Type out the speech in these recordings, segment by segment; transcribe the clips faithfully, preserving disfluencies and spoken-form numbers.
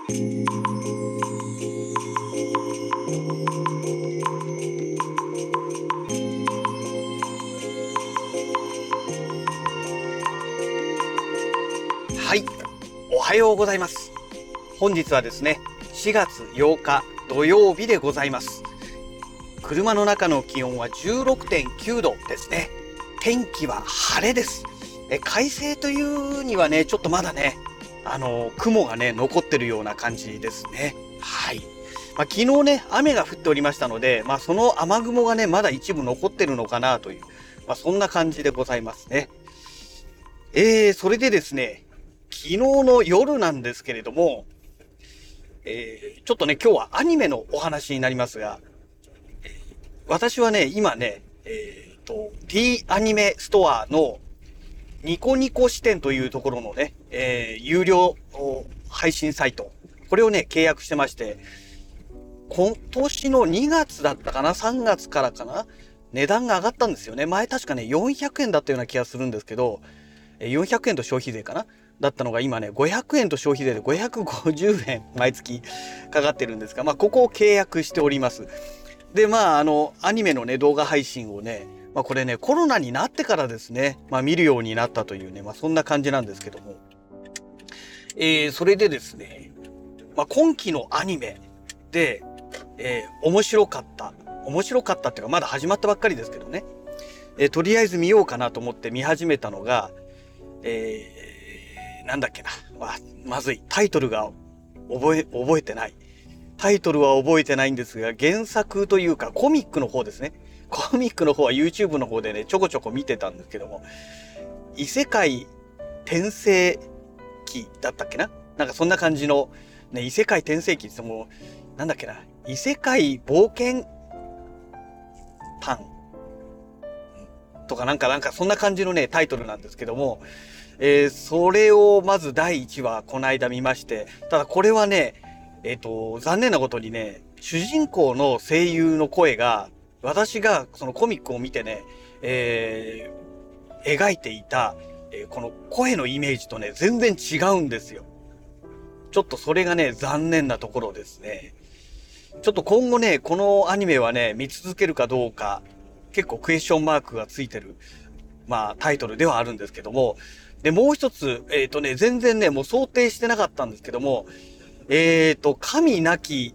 はい、おはようございます。本日はですね、しがつようか土曜日でございます。車の中の気温は じゅうろくてんきゅうどですね。天気は晴れです。え快晴というにはね、ちょっとまだね、あの雲がね残ってるような感じですね。はい。まあ、昨日ね雨が降っておりましたので、まあ、その雨雲がねまだ一部残ってるのかなという、まあ、そんな感じでございますね。えー、それでですね、昨日の夜なんですけれども、えー、ちょっとね今日はアニメのお話になりますが、えー、私はね今ね、えーと D アニメストアのニコニコ視点というところのね、えー、有料配信サイト、これをね契約してまして、今年のにがつだったかな、さんがつからかな、値段が上がったんですよね。前確かねよんひゃくえんだったような気がするんですけど、よんひゃくえんと消費税かなだったのが今ねごひゃくえんと消費税でごひゃくごじゅうえん毎月かかってるんですが、まあここを契約しております。でまああのアニメのね動画配信をね、まあこれねコロナになってからですね、まあ見るようになったというね、まあそんな感じなんですけども、えー、それでですね、まあ今期のアニメで、えー、面白かった面白かったっていうかまだ始まったばっかりですけどね、えー、とりあえず見ようかなと思って見始めたのが、えー、なんだっけな、まあ、まずいタイトルが覚え覚えてないタイトルは覚えてないんですが、原作というかコミックの方ですね。コミックの方は YouTube の方でねちょこちょこ見てたんですけども、異世界転生期だったっけな、なんかそんな感じのね、異世界転生期ってもうなんだっけな、異世界冒険パンとかなんかなんかそんな感じのねタイトルなんですけども、えー、それをまずだいいちわこの間見まして、ただこれはねえっと残念なことにね、主人公の声優の声が私がそのコミックを見てね、えー、描いていた、えー、この声のイメージとね全然違うんですよ。ちょっとそれがね残念なところですね。ちょっと今後ねこのアニメはね見続けるかどうか結構クエスチョンマークがついてるまあタイトルではあるんですけども、でもう一つえっとね全然ねもう想定してなかったんですけども、えっと神なき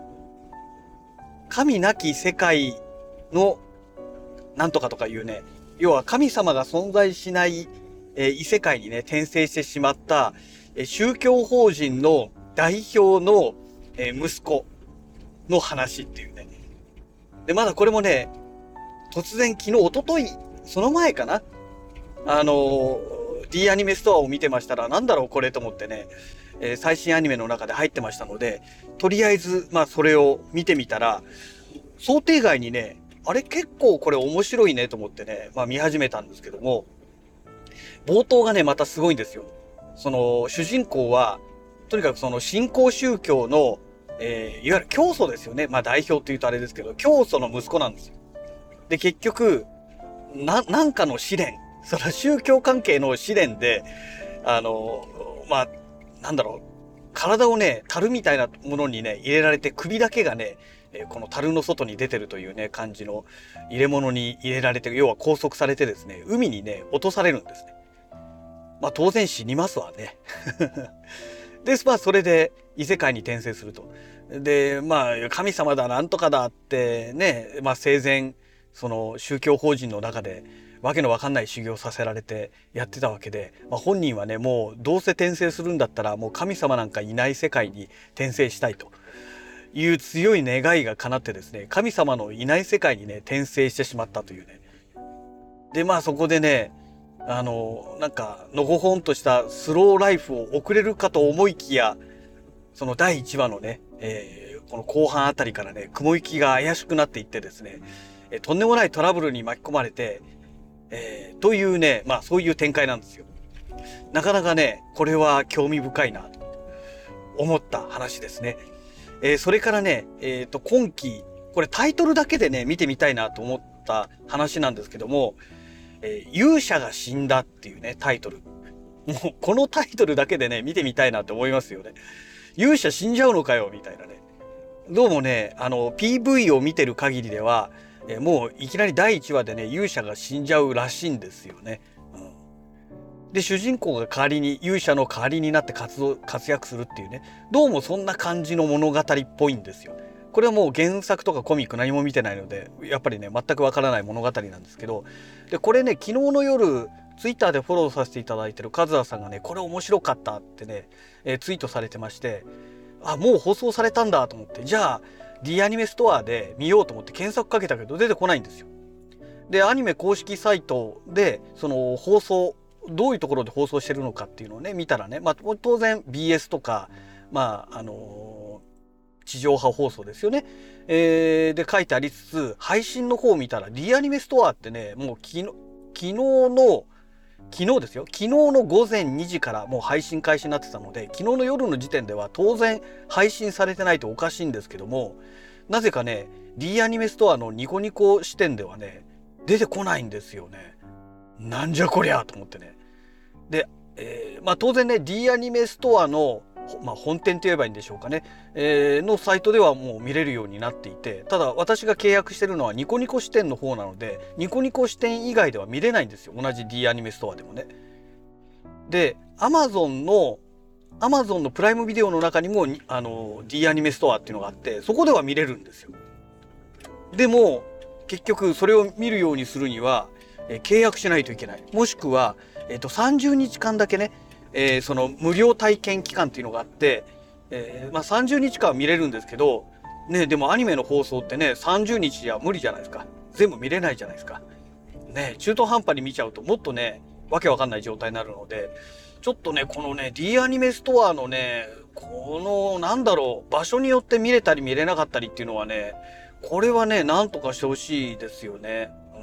神なき世界のなんとかとかいうね、要は神様が存在しない、えー異世界にね転生してしまった、えー宗教法人の代表の、えー息子の話っていうね。でまだこれもね突然昨日一昨日その前かな、あのー、D アニメストアを見てましたら、なんだろうこれと思ってね、えー最新アニメの中で入ってましたので、とりあえずまあそれを見てみたら想定外にね、あれ結構これ面白いねと思ってね、まあ見始めたんですけども、冒頭がねまたすごいんですよ。その主人公はとにかくその新興宗教の、えー、いわゆる教祖ですよね。まあ代表って言うとあれですけど、教祖の息子なんですよ。で結局ななんかの試練、その宗教関係の試練で、あのまあなんだろう、体をね樽みたいなものにね入れられて、首だけがねえーこの樽の外に出てるというね感じの入れ物に入れられて、要は拘束されてですね海にね落とされるんですね。まあ当然死にますわね。でまあそれで異世界に転生すると。でまあ神様だなんとかだってね、まあ生前その宗教法人の中でわけのわかんない修行させられてやってたわけで、まあ、本人はねもうどうせ転生するんだったらもう神様なんかいない世界に転生したいという強い願いが叶ってですね、神様のいない世界にね転生してしまったというね。でまあそこでね、あのなんかのほほんとしたスローライフを送れるかと思いきや、そのだいいちわのね、えーこの後半あたりからね雲行きが怪しくなっていってですね、えーとんでもないトラブルに巻き込まれて、えーというね、まあそういう展開なんですよ。なかなかねこれは興味深いなと思った話ですね。えーそれからね、えーと今期これタイトルだけでね見てみたいなと思った話なんですけども、えー勇者が死んだっていうねタイトル、もうこのタイトルだけでね見てみたいなって思いますよね。 勇者死んじゃうのかよみたいなね。どうもね、あの ピーブイ を見てる限りでは、えもういきなりだいいちわでね、勇者が死んじゃうらしいんですよね。うん、で主人公が代わりに勇者の代わりになって活動活躍するっていうね、どうもそんな感じの物語っぽいんですよ。これはもう原作とかコミック何も見てないのでやっぱりね全くわからない物語なんですけど、でこれね昨日の夜ツイッターでフォローさせていただいてるカズアさんがねこれ面白かったってね、えー、ツイートされてまして、あもう放送されたんだと思って、じゃあ D アニメストアで見ようと思って検索かけたけど出てこないんですよ。でアニメ公式サイトでその放送どういうところで放送してるのかっていうのをね見たらね、まあ、当然 ビーエス とかまああのー、地上波放送ですよね、えー、で書いてありつつ、配信の方を見たら D アニメストアってねもう昨日昨日の昨日ですよ昨日の午前にじからもう配信開始になってたので、昨日の夜の時点では当然配信されてないとおかしいんですけども、なぜかね D アニメストアのニコニコ視点ではね出てこないんですよね。なんじゃこりゃと思ってね。で、えー、まあ当然ね D アニメストアの、まあ、本店と言えばいいんでしょうかね、えー、のサイトではもう見れるようになっていて、ただ私が契約してるのはニコニコ視点の方なのでニコニコ視点以外では見れないんですよ、同じ D アニメストアでもね。で Amazon の Amazon のプライムビデオの中にもあの D アニメストアっていうのがあって、そこでは見れるんですよ。でも結局それを見るようにするには、えー、契約しないといけない。もしくは、えー、とさんじゅうにちかんだけね、えー、その無料体験期間っていうのがあって、えーまあ、さんじゅうにちかんは見れるんですけど、ね、でもアニメの放送ってねさんじゅうにちじゃ無理じゃないですか。全部見れないじゃないですか。ね、中途半端に見ちゃうともっとねわけわかんない状態になるので、ちょっとねこのね D アニメストアのねこのなんだろう場所によって見れたり見れなかったりっていうのはね、これはねなんとかしてほしいですよね。うん、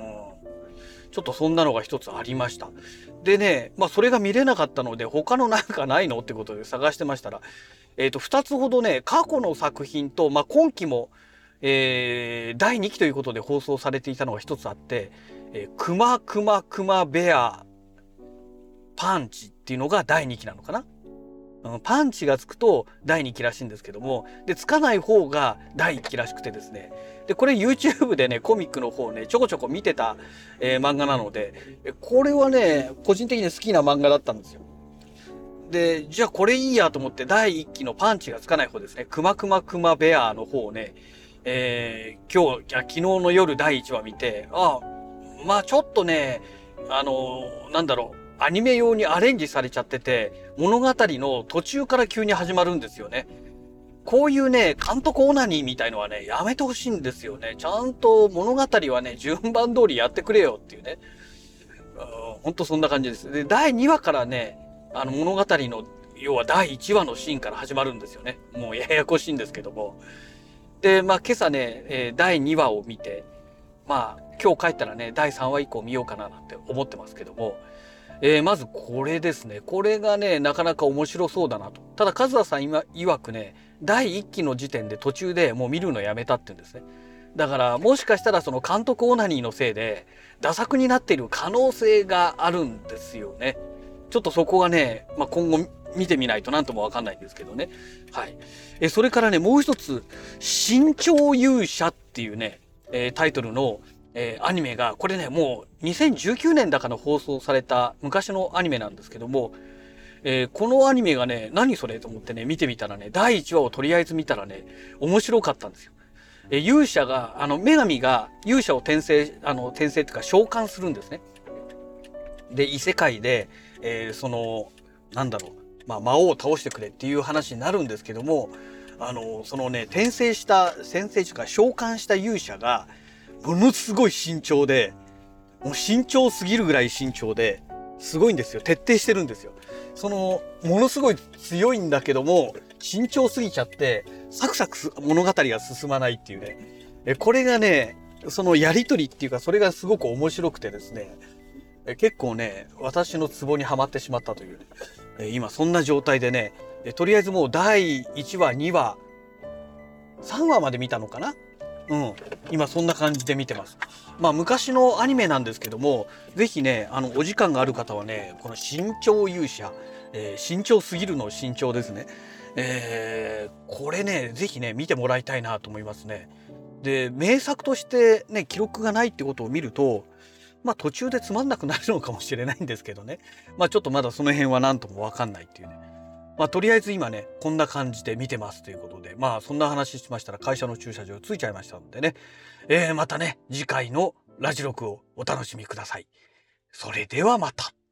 ちょっとそんなのが一つありました。でね、まあそれが見れなかったので他のなんかないのってことで探してましたら、えっとふたつほどね過去の作品と、まあ、今期も、えー、だいにきということで放送されていたのが一つあって、えー、クマクマクマベアパンチっていうのがだいにきなのかな。パンチがつくとだいにきらしいんですけども、でつかない方がだいいっきらしくてですね、でこれ YouTube でねコミックの方ねちょこちょこ見てた、えー、漫画なので、これはね個人的に好きな漫画だったんですよ。でじゃあこれいいやと思ってだいいっきのパンチがつかない方ですね、クマクマクマベアの方をね、えー、今日いや昨日の夜だいいちわ見て、あまあちょっとねあのー、なんだろうアニメ用にアレンジされちゃってて、物語の途中から急に始まるんですよね。こういうね、監督オナニーみたいのはね、やめてほしいんですよね。ちゃんと物語はね、順番通りやってくれよっていうね。ほんとそんな感じです。で、だいにわからね、あの物語の、要はだいいちわのシーンから始まるんですよね。もうややこしいんですけども。で、まあ今朝ね、えー、だいにわを見て、まあ今日帰ったらね、だいさんわ以降見ようかななんて思ってますけども、えー、まずこれですね。これがね、なかなか面白そうだなと。ただ、カズハさん今曰くね、だいいっきの時点で途中でもう見るのやめたって言うんですね。だから、もしかしたらその監督オナニーのせいで、ダ作になっている可能性があるんですよね。ちょっとそこがね、まあ、今後見てみないと何ともわかんないんですけどね。はい。え、それからね、もう一つ、身長勇者っていうね、えー、タイトルのえー、アニメがこれねもうにせんじゅうきゅうねんだかの放送された昔のアニメなんですけども、えー、このアニメがね何それと思ってね見てみたらねだいいちわをとりあえず見たらね面白かったんですよ。えー、勇者があの女神が勇者を転生あの転生っていうか召喚するんですね。で異世界で、えー、そのなんだろう、まあ、魔王を倒してくれっていう話になるんですけども、あのそのね転生した先生というか召喚した勇者がものすごい身長で、もう身長すぎるぐらい身長ですごいんですよ。徹底してるんですよ。そのものすごい強いんだけども身長すぎちゃってサクサク物語が進まないっていうね、えこれがねそのやりとりっていうかそれがすごく面白くてですね、え結構ね私のツボにはまってしまったという、ね、え今そんな状態でね、えとりあえずもうだいいちわにわさんわまで見たのかな。 うん。今そんな感じで見てます。まあ昔のアニメなんですけども、ぜひね、あの、お時間がある方はね、この新潮勇者、えー、新潮すぎるの新潮ですね。えー、これね、ぜひね、見てもらいたいなと思いますね。で、名作としてね、記録がないってことを見ると、まあ途中でつまんなくなるのかもしれないんですけどね。まあちょっとまだその辺は何ともわかんないっていうね。まあとりあえず今ね、こんな感じで見てますということで、まあそんな話しましたら会社の駐車場ついちゃいましたのでね。えー、またね、次回のラジ録をお楽しみください。それではまた。